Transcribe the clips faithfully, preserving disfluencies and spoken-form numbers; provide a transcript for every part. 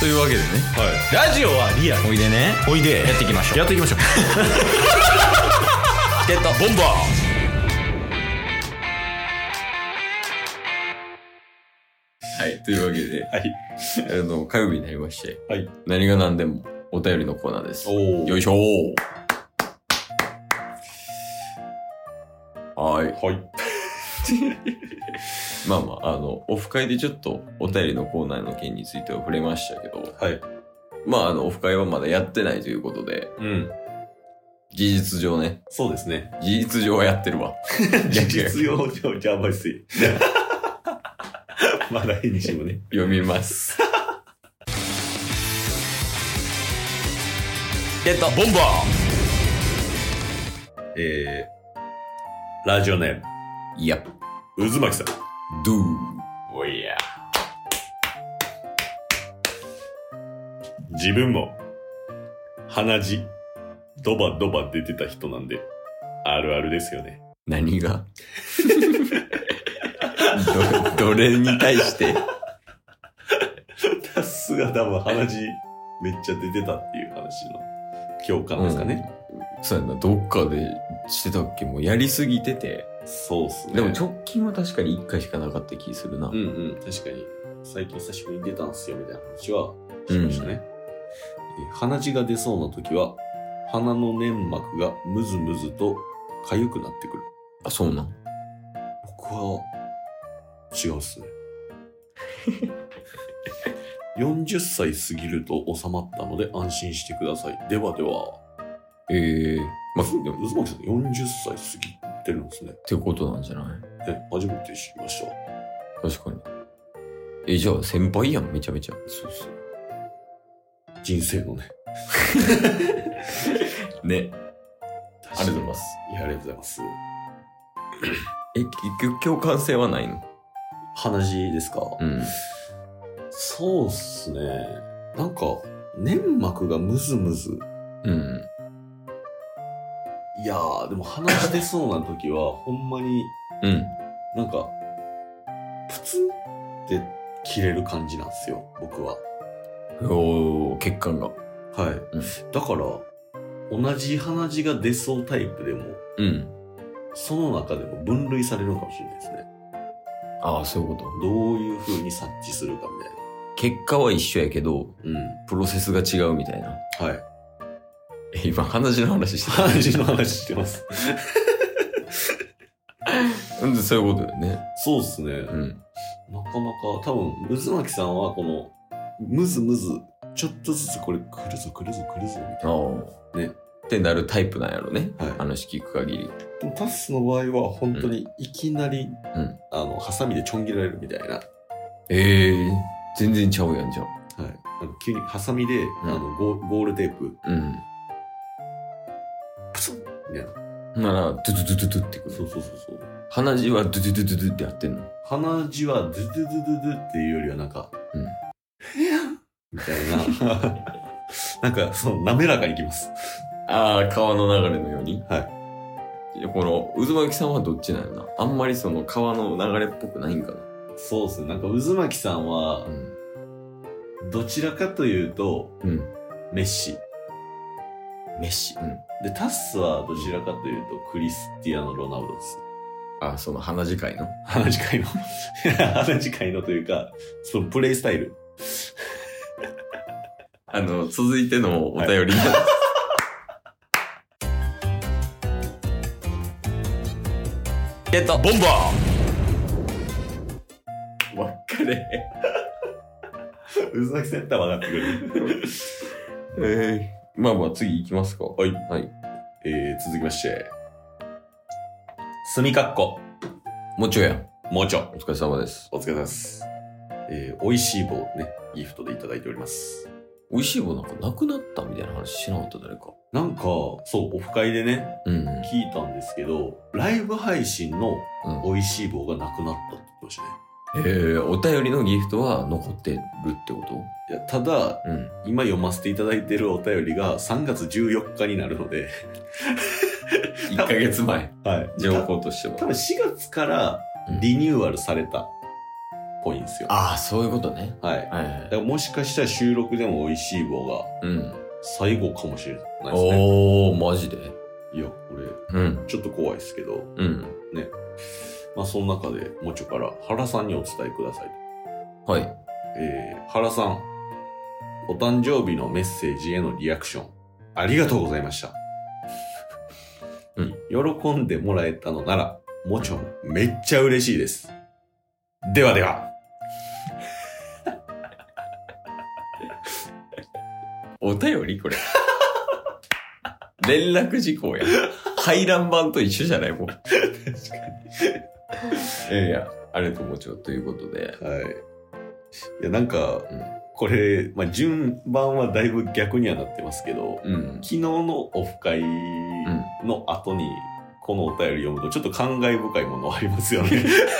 というわけでね、 はい、ラジオはリアル。 おいでね、 おいでやっていきましょう。 やっていきましょう。 チケットボンバー。はい、というわけで、 はい、 あの火曜日になりまして、 はい、 何が何でもお便りのコーナーです。 おー、 よいしょー。はい。 はい。 まあまあ、あの、オフ会でちょっとお便りのコーナーの件については触れましたけど、 はい。 まあ、あの、オフ会はまだやってないということで、 うん。 事実上ね。 そうですね。 事実上はやってるわ。 事実上上、じゃあまずい。まだ返事もね。 読みます。ゲットボンバー。 えー、ラジオネーム。 いや。 渦巻さん。 ドゥー。 おいや。自分も、鼻血、ドバドバ出てた人なんで、あるあるですよね。 何がど、どれに対してさすが多分鼻血めっちゃ出てたっていう話の共感ですかね。 うん、そうやな、どっかでしてたっけ。もうやりすぎてて。 そうっすね。 でも直近は確かにいっかいしかなかった気するな。 うんうん、確かに。最近久しぶりに出たんすよみたいな話はしましたね。うん、鼻血が出そうな時は、鼻の粘膜がムズムズと痒くなってくる。 あ、そうなん？ 僕は、違うっすね。よんじゅっさい過ぎると収まったので安心してください。ではでは。 ええー。まあ、 でも、渦巻さんよんじゅっさい過ぎてるんですね。 ってことなんじゃない？ え、初めて知りました。 確かに。え、じゃあ先輩やん、めちゃめちゃ。 そうそう。人生のね。 ね。ありがとうございます。 いや、ありがとうございます。 え、結局共感性はないの？ 鼻血ですか？ うん。 そうっすね。なんか、粘膜がムズムズ。 うん。 いやー、でも鼻血出そうな時は、ほんまに、 うん。 なんか、プツンって切れる感じなんですよ、僕は。 おー、血管が。 はい。 うん、 だから、同じ鼻血が出そうタイプでも、 うん。 その中でも分類されるのかもしれないですね。 ああ、そういうこと。 どういう風に察知するかみたいな。 結果は一緒やけど、 うん。 プロセスが違うみたいな。 はい。 え、今、鼻血の話してる。鼻血の話してます。 うん、そういうことだよね。 そうっすね。 うん。 なかなか、多分、渦巻さんはこの、ムズムズ、ちょっとずつこれ来るぞ来るぞ来るぞみたいな。ね。 ってなるタイプなんやろね。 はい。 話聞く限り。 でもタッスの場合は本当にいきなり、 うん、 あの、ハサミでちょん切られるみたいな。 ええー、全然ちゃうやんじゃん。 はい。あの急にハサミで、うん、あのゴ、ゴールテープ。 うん。 プスンみたいな。 なら、ドゥドゥドゥドゥドゥってくる。 そうそうそうそう。 鼻血はドゥドゥドゥドゥドゥってやってんの？ 鼻血はドゥドゥドゥドゥドゥっていうよりはなんか、 うん。 みたいな。なんか、その、滑らかにいきます。 ああ、川の流れのように。 はい。 この、渦巻さんはどっちなんやな。あんまりその川の流れっぽくないんかな。 そうですね。なんか渦巻さんは、うん、どちらかというと、うん、メッシ。 メッシ。うん。 で、タッスはどちらかというと、クリスティアーノ・ロナウドです。 あ、その鼻血会の鼻血会の。鼻血会のというか、そのプレイスタイル。 あの、続いてのお便りなんです。はい、ゲットボンバー。わっかれ。 渦巻センター分かってくる。 えー、まあまあ次行きますか。 はい。 はい。 えー、続きまして。すみかっこ。 もうちょや。 もうちょ。 お疲れ様です。 お疲れ様です。えー、美味しい棒ね、ギフトでいただいております。 美味しい棒なんかなくなったみたいな話しなかった誰か。 なんか、そう、オフ会でね、うんうん、聞いたんですけど、ライブ配信の美味しい棒がなくなったって言ってましたね。 へえー、お便りのギフトは残ってるってこと？ いや、ただ、うん、今読ませていただいてるお便りがさんがつじゅうよっかになるので、 いっかげつまえ。 はい。 情報としては。 多分しがつからリニューアルされたぽいんですよ。 ああ、そういうことね。 はい。 はいはいだからもしかしたら収録でも美味しい棒がうん。 最後かもしれないですね。 おー、マジで。 いや、これ、 うん。 ちょっと怖いですけど、 うん。 まあその中でもうちょから原さんにお伝えくださいと。 はい。 えー、原さん、お誕生日のメッセージへのリアクション、ありがとうございました。 うん。 喜んでもらえたのなら、もちろんめっちゃ嬉しいです。ではでは。 お便りこれ。連絡事項や。回覧板と一緒じゃないもん。確かに。いやいや、ありがとうもちろんということで。 はい。いや、なんか、 うん。 これ、まあ、順番はだいぶ逆にはなってますけど、 うん。 昨日のオフ会の後に、このお便り読むと、ちょっと感慨深いものありますよね。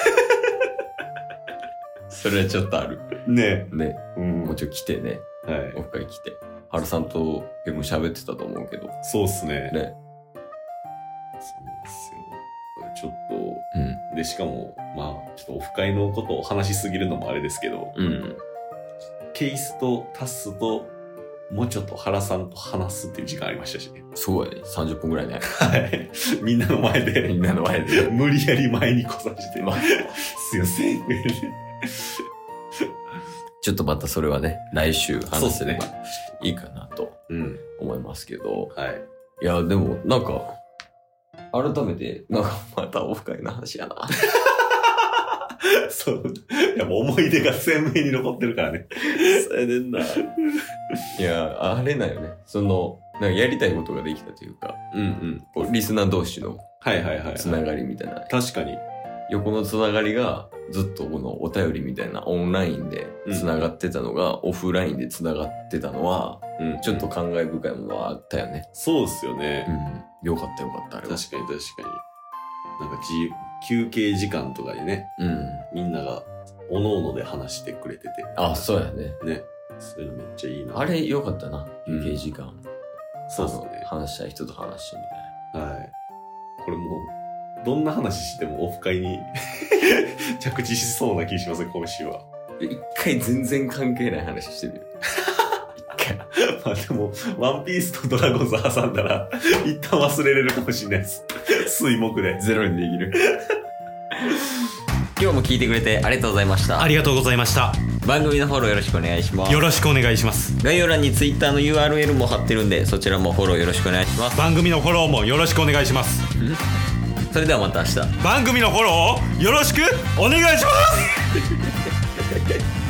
それはちょっとある。 ね。 ね。 うん。 もちろん来てね。 はい。 オフ会来て。春さんと結構喋ってたと思うけど。 そうっすね。 ね。 そうですよ。ちょっうん。 と、で、しかも、まあ、ちょっとオフ会のことを話しすぎるのもあれですけど、 うん。 ケイスとタスと、もうちょっと原さんと話すっていう時間ありましたしね。 そうやね。さんじゅっぷんぐらいね。 はい。みんなの前で。 みんなの前で。 無理やり前に来させて。 まあ、 すいません。 ちょっとまたそれはね、来週話せればそういいかなとうん。 思いますけど。 はい。 いや、でも、なんか、改めて、なんかまたオフ会の話やな。 そう。いや、もう思い出が鮮明に残ってるからね。 それでんな。いや、あれだよね。その、なんかやりたいことができたというか、 うんうん。 こうリスナー同士のはいはいはい、はい。 つながりみたいな。 確かに。 横のつながりがずっとこのお便りみたいなオンラインでつながってたのが、オフラインでつながってたのは、 うん。 ちょっと感慨深いものはあったよね。 そうですよね。 うん。よかったよかった、あれは。 確かに確かに。なんか自休憩時間とかでね、 うん。 みんながおのおので話してくれてて。 あ、そうやね。 ね。そういうのめっちゃいいな。 あれよかったな。 うん休憩時間。 そうですね。 あの話したい人と話してみたいな。 はい。これもう、どんな話してもオフ会に着地しそうな気しますね、今週は。 で一回全然関係ない話してみる。一回。 まあでも、ワンピースとドラゴンズ挟んだら、一旦忘れれるかもしれないです。水木で。 ゼロにできる。今日も聞いてくれてありがとうございました。 ありがとうございました。 番組のフォローよろしくお願いします。 よろしくお願いします。 概要欄に Twitter の ユーアールエル も貼ってるんで、そちらもフォローよろしくお願いします。 番組のフォローもよろしくお願いします。 それではまた明日。 番組のフォローをよろしくお願いします。